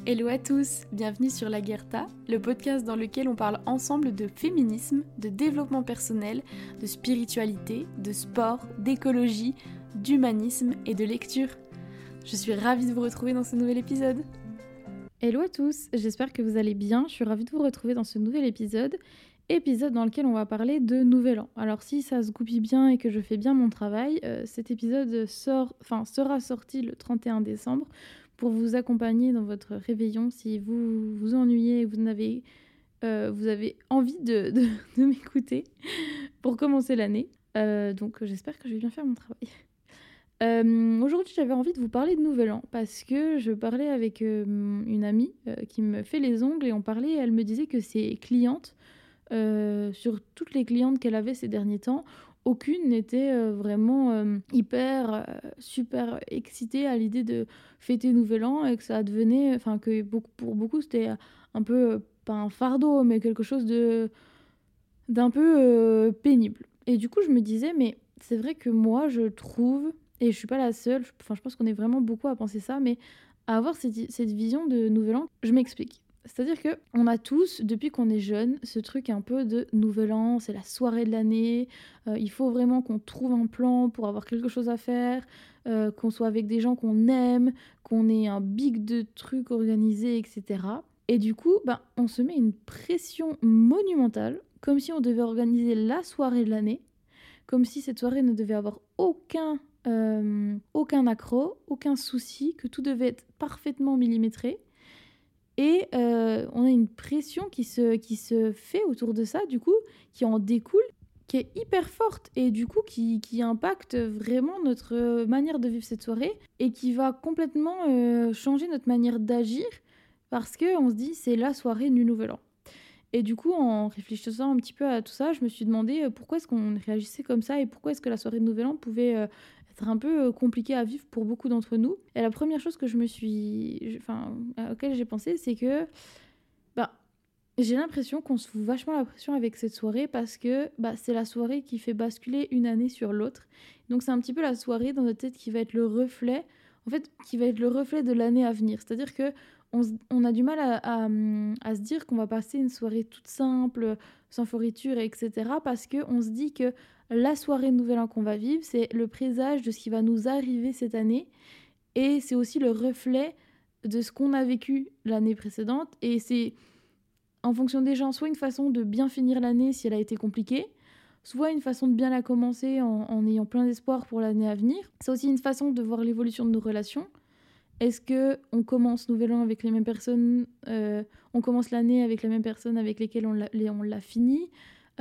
Hello à tous, bienvenue sur La Guerta, le podcast dans lequel on parle ensemble de féminisme, de développement personnel, de spiritualité, de sport, d'écologie, d'humanisme et de lecture. Je suis ravie de vous retrouver dans ce nouvel épisode. Hello à tous, j'espère que vous allez bien, je suis ravie de vous retrouver dans ce nouvel épisode dans lequel on va parler de Nouvel An. Alors si ça se goupille bien et que je fais bien mon travail, cet épisode sera sorti le 31 décembre pour vous accompagner dans votre réveillon si vous vous ennuyez et vous avez envie de m'écouter pour commencer l'année. Donc j'espère que je vais bien faire mon travail. Aujourd'hui, j'avais envie de vous parler de Nouvel An parce que je parlais avec une amie qui me fait les ongles et elle me disait que ses clientes, sur toutes les clientes qu'elle avait ces derniers temps, aucune n'était vraiment super excitée à l'idée de fêter Nouvel An et que ça devenait, pour beaucoup c'était un peu, pas un fardeau, mais quelque chose d'un peu pénible. Et du coup, je me disais, mais c'est vrai que moi, je trouve, et je suis pas la seule, je pense qu'on est vraiment beaucoup à penser ça, mais à avoir cette vision de Nouvel An, je m'explique. C'est-à-dire qu'on a tous, depuis qu'on est jeune, ce truc un peu de Nouvel An, c'est la soirée de l'année, il faut vraiment qu'on trouve un plan pour avoir quelque chose à faire, qu'on soit avec des gens qu'on aime, qu'on ait un big de trucs organisés, etc. Et du coup, on se met une pression monumentale, comme si on devait organiser la soirée de l'année, comme si cette soirée ne devait avoir aucun accroc, aucun souci, que tout devait être parfaitement millimétré. Et on a une pression qui se fait autour de ça, du coup, qui en découle, qui est hyper forte et du coup qui impacte vraiment notre manière de vivre cette soirée et qui va complètement changer notre manière d'agir parce qu'on se dit c'est la soirée du Nouvel An. Et du coup, en réfléchissant un petit peu à tout ça, je me suis demandé pourquoi est-ce qu'on réagissait comme ça et pourquoi est-ce que la soirée de Nouvel An pouvait être un peu compliquée à vivre pour beaucoup d'entre nous. Et la première chose à laquelle j'ai pensé, c'est que j'ai l'impression qu'on se fout vachement la pression avec cette soirée parce que c'est la soirée qui fait basculer une année sur l'autre. Donc c'est un petit peu la soirée dans notre tête qui va être le reflet, de l'année à venir. C'est-à-dire que on a du mal à se dire qu'on va passer une soirée toute simple, sans fourriture, etc. Parce qu'on se dit que la soirée de Nouvel An qu'on va vivre, c'est le présage de ce qui va nous arriver cette année. Et c'est aussi le reflet de ce qu'on a vécu l'année précédente. Et c'est, en fonction des gens, soit une façon de bien finir l'année si elle a été compliquée, soit une façon de bien la commencer en ayant plein d'espoir pour l'année à venir. C'est aussi une façon de voir l'évolution de nos relations. Est-ce qu'on commence Nouvel An avec les mêmes personnes, on commence l'année avec les mêmes personnes avec lesquelles on l'a fini,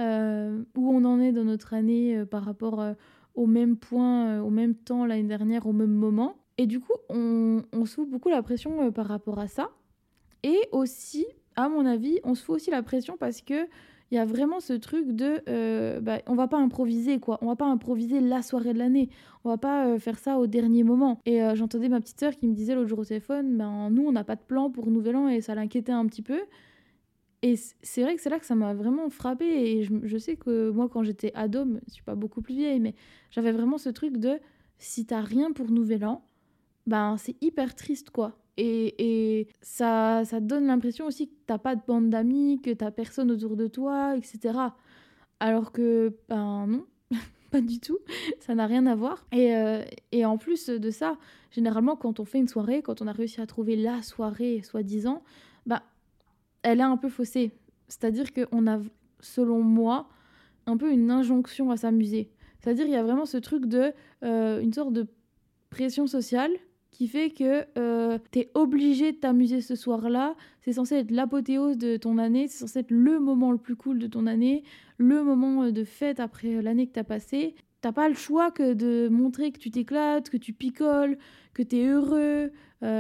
où on en est dans notre année par rapport au même point, au même temps l'année dernière, au même moment. Et du coup, on se fout beaucoup la pression par rapport à ça. Et aussi, à mon avis, on se fout aussi la pression parce que il y a vraiment ce truc de on va pas improviser quoi, on va pas improviser la soirée de l'année, on va pas faire ça au dernier moment. Et j'entendais ma petite sœur qui me disait l'autre jour au téléphone, nous on n'a pas de plan pour Nouvel An et ça l'inquiétait un petit peu. Et c'est vrai que c'est là que ça m'a vraiment frappée et je sais que moi quand j'étais ado, je suis pas beaucoup plus vieille, mais j'avais vraiment ce truc de si t'as rien pour Nouvel An, c'est hyper triste quoi. Et ça donne l'impression aussi que t'as pas de bande d'amis, que t'as personne autour de toi, etc. Alors que, non, pas du tout, ça n'a rien à voir. Et en plus de ça, généralement quand on fait une soirée, quand on a réussi à trouver la soirée soi-disant, elle est un peu faussée. C'est-à-dire qu'on a, selon moi, un peu une injonction à s'amuser. C'est-à-dire il y a vraiment ce truc de une sorte de pression sociale qui fait que t'es obligé de t'amuser ce soir-là. C'est censé être l'apothéose de ton année, c'est censé être le moment le plus cool de ton année, le moment de fête après l'année que t'as passée. T'as pas le choix que de montrer que tu t'éclates, que tu picoles, que t'es heureux,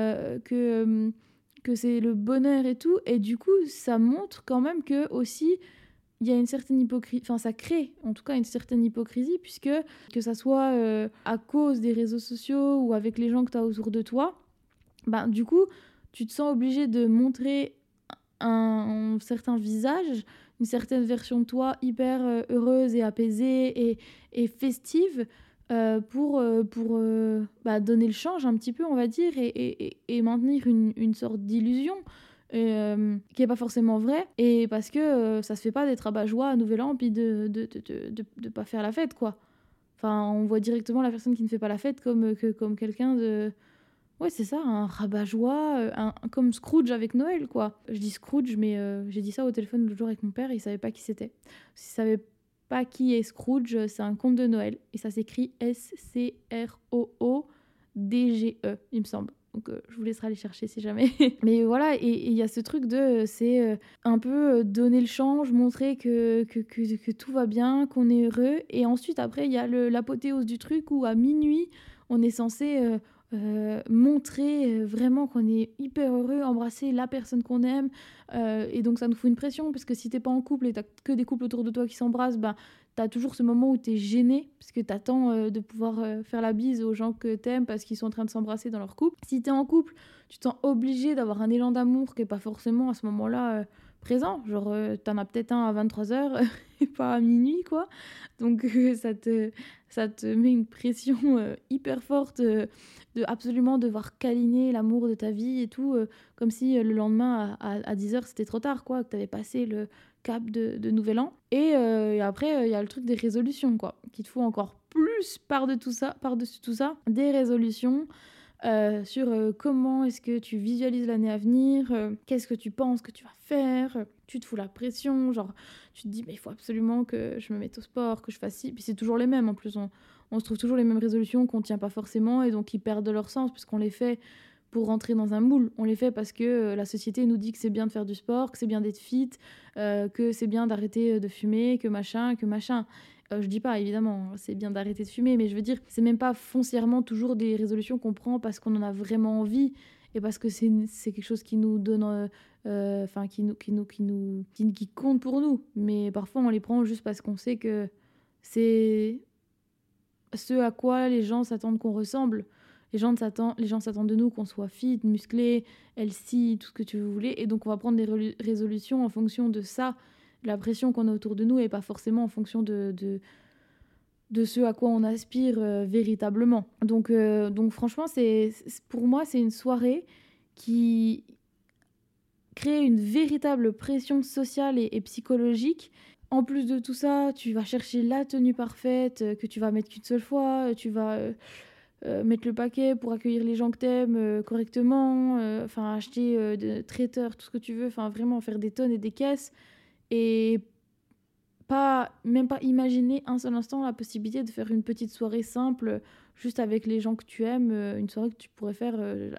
que c'est le bonheur et tout. Et du coup, ça montre quand même que aussi il y a une certaine hypocrisie, ça crée en tout cas une certaine hypocrisie, puisque que ça soit à cause des réseaux sociaux ou avec les gens que tu as autour de toi, du coup, tu te sens obligé de montrer un certain visage, une certaine version de toi hyper heureuse et apaisée et festive, pour donner le change un petit peu, on va dire, et maintenir une sorte d'illusion qui est pas forcément vraie, et parce que ça se fait pas d'être rabat-joie à Nouvel An puis de pas faire la fête, quoi. Enfin, on voit directement la personne qui ne fait pas la fête comme quelqu'un de... Ouais, c'est ça, un rabat-joie, comme Scrooge avec Noël, quoi. Je dis Scrooge, mais j'ai dit ça au téléphone l'autre jour avec mon père, il savait pas qui c'était. S'il savait pas qui est Scrooge, c'est un conte de Noël, et ça s'écrit Scroodge, il me semble. Donc je vous laisserai aller chercher si jamais. Mais voilà, et il y a ce truc de... c'est un peu donner le change, montrer que tout va bien, qu'on est heureux. Et ensuite, après, il y a l'apothéose du truc où à minuit, on est censé... montrer vraiment qu'on est hyper heureux, embrasser la personne qu'on aime, et donc ça nous fout une pression, parce que si t'es pas en couple et t'as que des couples autour de toi qui s'embrassent, bah, t'as toujours ce moment où t'es gêné, parce que t'attends de pouvoir faire la bise aux gens que t'aimes parce qu'ils sont en train de s'embrasser dans leur couple. Si t'es en couple, tu te sens obligé d'avoir un élan d'amour qui est pas forcément à ce moment-là présent, genre t'en as peut-être un à 23h et pas à minuit, quoi. Donc ça te met une pression hyper forte de absolument devoir câliner l'amour de ta vie et tout, comme si le lendemain à 10h c'était trop tard, quoi, que t'avais passé le cap de Nouvel An. Et après, il y a le truc des résolutions, quoi, qui te faut encore plus par-dessus tout ça, des résolutions sur comment est-ce que tu visualises l'année à venir, qu'est-ce que tu penses que tu vas faire, tu te fous la pression, genre tu te dis mais il faut absolument que je me mette au sport, que je fasse ci, puis c'est toujours les mêmes en plus, on se trouve toujours les mêmes résolutions qu'on tient pas forcément et donc qui perdent de leur sens puisqu'on les fait pour rentrer dans un moule, on les fait parce que la société nous dit que c'est bien de faire du sport, que c'est bien d'être fit, que c'est bien d'arrêter de fumer, que machin. Je dis pas, évidemment, c'est bien d'arrêter de fumer, mais je veux dire, c'est même pas foncièrement toujours des résolutions qu'on prend parce qu'on en a vraiment envie et parce que c'est quelque chose qui nous donne, enfin, qui compte pour nous. Mais parfois, on les prend juste parce qu'on sait que c'est ce à quoi les gens s'attendent qu'on ressemble. Les gens s'attendent de nous qu'on soit fit, musclé, healthy, tout ce que tu voulais. Et donc, on va prendre des résolutions en fonction de ça, de la pression qu'on a autour de nous, et pas forcément en fonction de ce à quoi on aspire véritablement. Donc franchement, pour moi, c'est une soirée qui crée une véritable pression sociale et psychologique. En plus de tout ça, tu vas chercher la tenue parfaite que tu vas mettre qu'une seule fois, tu vas mettre le paquet pour accueillir les gens que t'aimes correctement, enfin acheter de traiteurs, tout ce que tu veux, enfin vraiment faire des tonnes et des caisses, et même pas imaginer un seul instant la possibilité de faire une petite soirée simple, juste avec les gens que tu aimes, une soirée que tu pourrais faire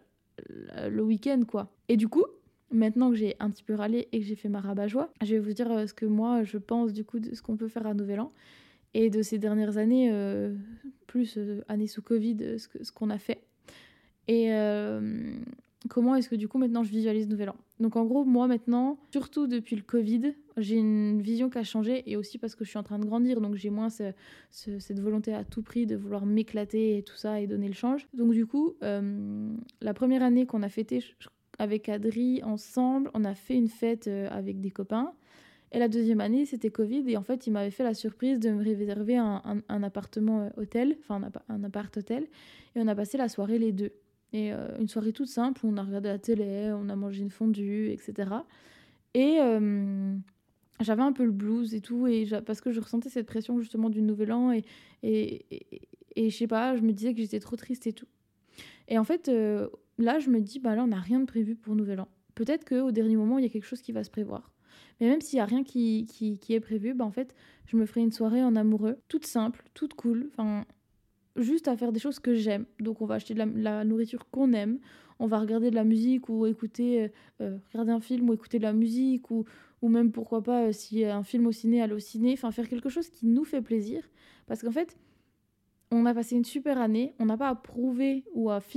le week-end, quoi. Et du coup, maintenant que j'ai un petit peu râlé et que j'ai fait ma rabat-joie, je vais vous dire ce que moi je pense du coup de ce qu'on peut faire à Nouvel An et de ces dernières années, plus années sous Covid, ce qu'on a fait. Et comment est-ce que du coup maintenant je visualise Nouvel An. Donc en gros, moi maintenant, surtout depuis le Covid, j'ai une vision qui a changé, et aussi parce que je suis en train de grandir, donc j'ai moins cette volonté à tout prix de vouloir m'éclater et tout ça et donner le change. Donc du coup, la première année qu'on a fêté avec Adri ensemble, on a fait une fête avec des copains. Et la deuxième année, c'était Covid, et en fait, il m'avait fait la surprise de me réserver un appartement hôtel, enfin un appart-hôtel, et on a passé la soirée les deux. Et une soirée toute simple, où on a regardé la télé, on a mangé une fondue, etc. Et j'avais un peu le blues et tout, parce que je ressentais cette pression justement du Nouvel An, et je sais pas, je me disais que j'étais trop triste et tout. Et en fait, là, je me dis, bah là, on n'a rien de prévu pour Nouvel An. Peut-être qu'au dernier moment, il y a quelque chose qui va se prévoir. Mais même s'il n'y a rien qui est prévu, bah en fait, je me ferai une soirée en amoureux, toute simple, toute cool, enfin, juste à faire des choses que j'aime. Donc on va acheter de la nourriture qu'on aime, on va regarder de la musique ou écouter, regarder un film ou écouter de la musique, ou même pourquoi pas, si un film au ciné, aller au ciné, enfin faire quelque chose qui nous fait plaisir. Parce qu'en fait, on a passé une super année, on n'a pas à prouver ou à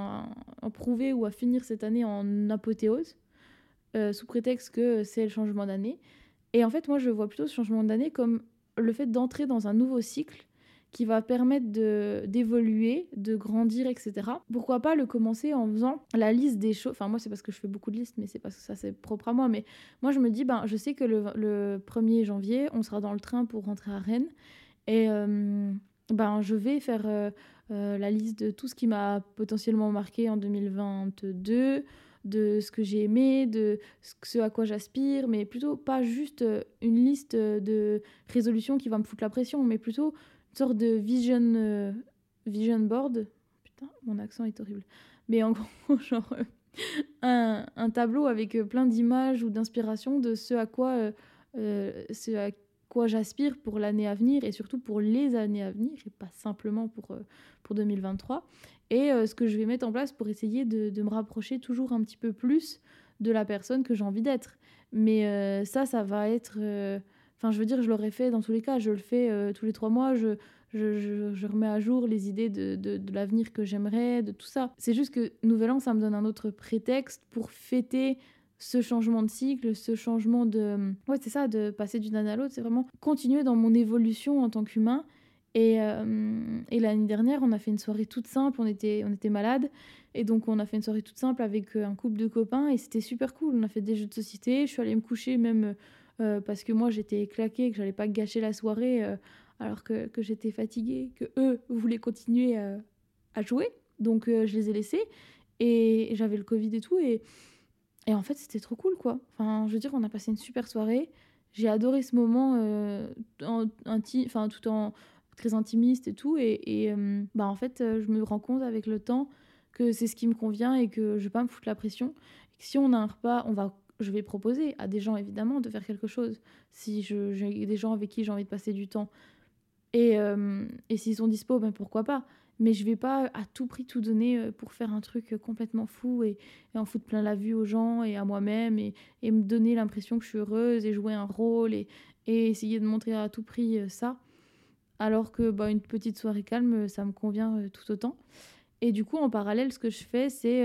finir cette année en apothéose, sous prétexte que c'est le changement d'année. Et en fait, moi, je vois plutôt ce changement d'année comme le fait d'entrer dans un nouveau cycle qui va permettre d'évoluer, de grandir, etc. Pourquoi pas le commencer en faisant la liste des choses. Enfin, moi, c'est parce que je fais beaucoup de listes, mais c'est parce que ça, c'est propre à moi. Mais moi, je me dis, je sais que le 1er janvier, on sera dans le train pour rentrer à Rennes. Et je vais faire la liste de tout ce qui m'a potentiellement marqué en 2022, de ce que j'ai aimé, de ce à quoi j'aspire, mais plutôt pas juste une liste de résolutions qui va me foutre la pression, mais plutôt une sorte de vision board. Putain, mon accent est horrible. Mais en gros, genre un tableau avec plein d'images ou d'inspirations de ce à quoi j'aspire pour l'année à venir et surtout pour les années à venir et pas simplement pour 2023. Et ce que je vais mettre en place pour essayer de me rapprocher toujours un petit peu plus de la personne que j'ai envie d'être. Mais ça va être... Enfin, je veux dire, je l'aurais fait dans tous les cas. Je le fais tous les 3 mois. Je remets à jour les idées de l'avenir que j'aimerais, de tout ça. C'est juste que Nouvel An, ça me donne un autre prétexte pour fêter ce changement de cycle, ce changement de... Ouais, c'est ça, de passer d'une année à l'autre. C'est vraiment continuer dans mon évolution en tant qu'humain. Et l'année dernière, on a fait une soirée toute simple. On était malades. Et donc, on a fait une soirée toute simple avec un couple de copains. Et c'était super cool. On a fait des jeux de société. Je suis allée me coucher même parce que moi, j'étais claquée, que j'allais pas gâcher la soirée alors que j'étais fatiguée, que eux voulaient continuer à jouer. Donc, je les ai laissés. Et j'avais le Covid et tout. Et en fait, c'était trop cool, quoi. Enfin, je veux dire, on a passé une super soirée. J'ai adoré ce moment tout en très intimiste et tout. En fait, je me rends compte avec le temps que c'est ce qui me convient et que je vais pas me foutre la pression. Et que si on a un repas, je vais proposer à des gens, évidemment, de faire quelque chose. Si j'ai des gens avec qui j'ai envie de passer du temps. Et s'ils sont dispo, pourquoi pas. Mais je vais pas à tout prix tout donner pour faire un truc complètement fou et en foutre plein la vue aux gens et à moi-même et me donner l'impression que je suis heureuse et jouer un rôle et essayer de montrer à tout prix ça. Alors que une petite soirée calme, ça me convient tout autant. Et du coup, en parallèle, ce que je fais, c'est...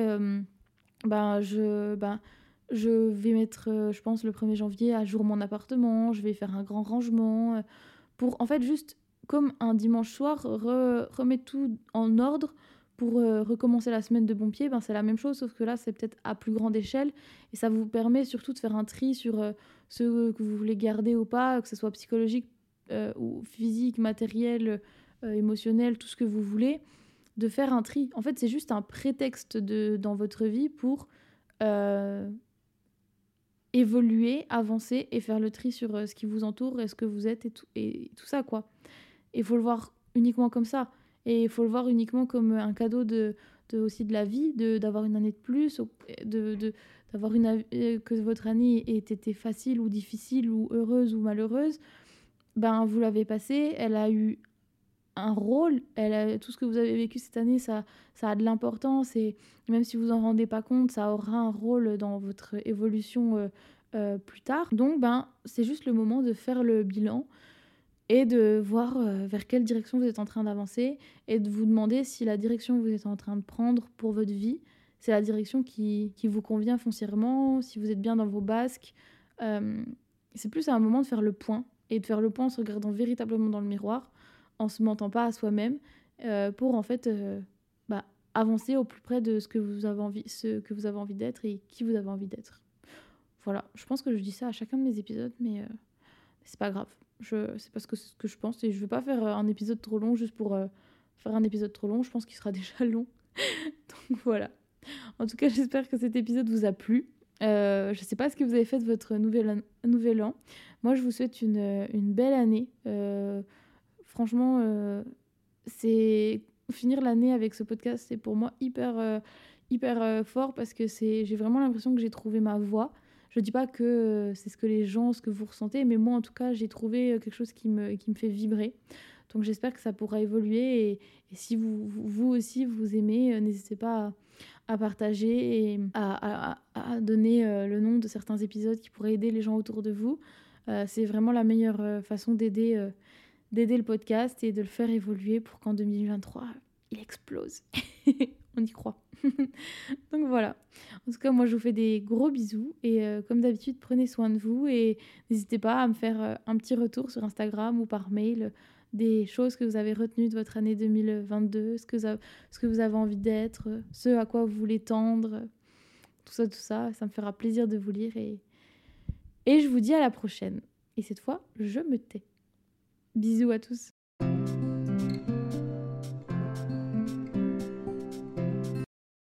je vais mettre, je pense, le 1er janvier à jour mon appartement. Je vais faire un grand rangement pour, en fait, juste comme un dimanche soir, remettre tout en ordre pour recommencer la semaine de bon pied. C'est la même chose, sauf que là, c'est peut-être à plus grande échelle. Et ça vous permet surtout de faire un tri sur ce que vous voulez garder ou pas, que ce soit psychologique ou physique, matériel, émotionnel, tout ce que vous voulez, de faire un tri. En fait, c'est juste un prétexte dans votre vie pour évoluer, avancer et faire le tri sur ce qui vous entoure et ce que vous êtes et tout ça, quoi. Et il faut le voir uniquement comme ça. Et il faut le voir uniquement comme un cadeau aussi de la vie, d'avoir une année de plus, d'avoir que votre année ait été facile ou difficile ou heureuse ou malheureuse. Vous l'avez passée, elle a eu un rôle, tout ce que vous avez vécu cette année, ça a de l'importance et même si vous en rendez pas compte, ça aura un rôle dans votre évolution plus tard. Donc c'est juste le moment de faire le bilan et de voir vers quelle direction vous êtes en train d'avancer et de vous demander si la direction que vous êtes en train de prendre pour votre vie, c'est la direction qui vous convient foncièrement, si vous êtes bien dans vos basques. C'est plus un moment de faire le point et de faire le point en se regardant véritablement dans le miroir, en se mentant pas à soi-même, pour en fait avancer au plus près de ce que vous avez envie d'être et qui vous avez envie d'être. Voilà, je pense que je dis ça à chacun de mes épisodes, mais c'est pas grave. C'est parce que c'est ce que je pense et je veux pas faire un épisode trop long juste pour faire un épisode trop long. Je pense qu'il sera déjà long. Donc voilà. En tout cas, j'espère que cet épisode vous a plu. Je sais pas ce que vous avez fait de votre nouvel an. Moi, je vous souhaite une belle année. Franchement, c'est finir l'année avec ce podcast, c'est pour moi hyper fort parce que j'ai vraiment l'impression que j'ai trouvé ma voie. Je dis pas que c'est ce que vous ressentez, mais moi en tout cas, j'ai trouvé quelque chose qui me fait vibrer. Donc j'espère que ça pourra évoluer et si vous aussi vous aimez, n'hésitez pas à partager et à donner le nom de certains épisodes qui pourraient aider les gens autour de vous. C'est vraiment la meilleure façon d'aider le podcast et de le faire évoluer pour qu'en 2023, il explose. On y croit. Donc voilà. En tout cas, moi, je vous fais des gros bisous. Et comme d'habitude, prenez soin de vous. Et n'hésitez pas à me faire un petit retour sur Instagram ou par mail des choses que vous avez retenues de votre année 2022, ce que vous avez envie d'être, ce à quoi vous voulez tendre. Tout ça, ça me fera plaisir de vous lire. Et je vous dis à la prochaine. Et cette fois, je me tais. Bisous à tous.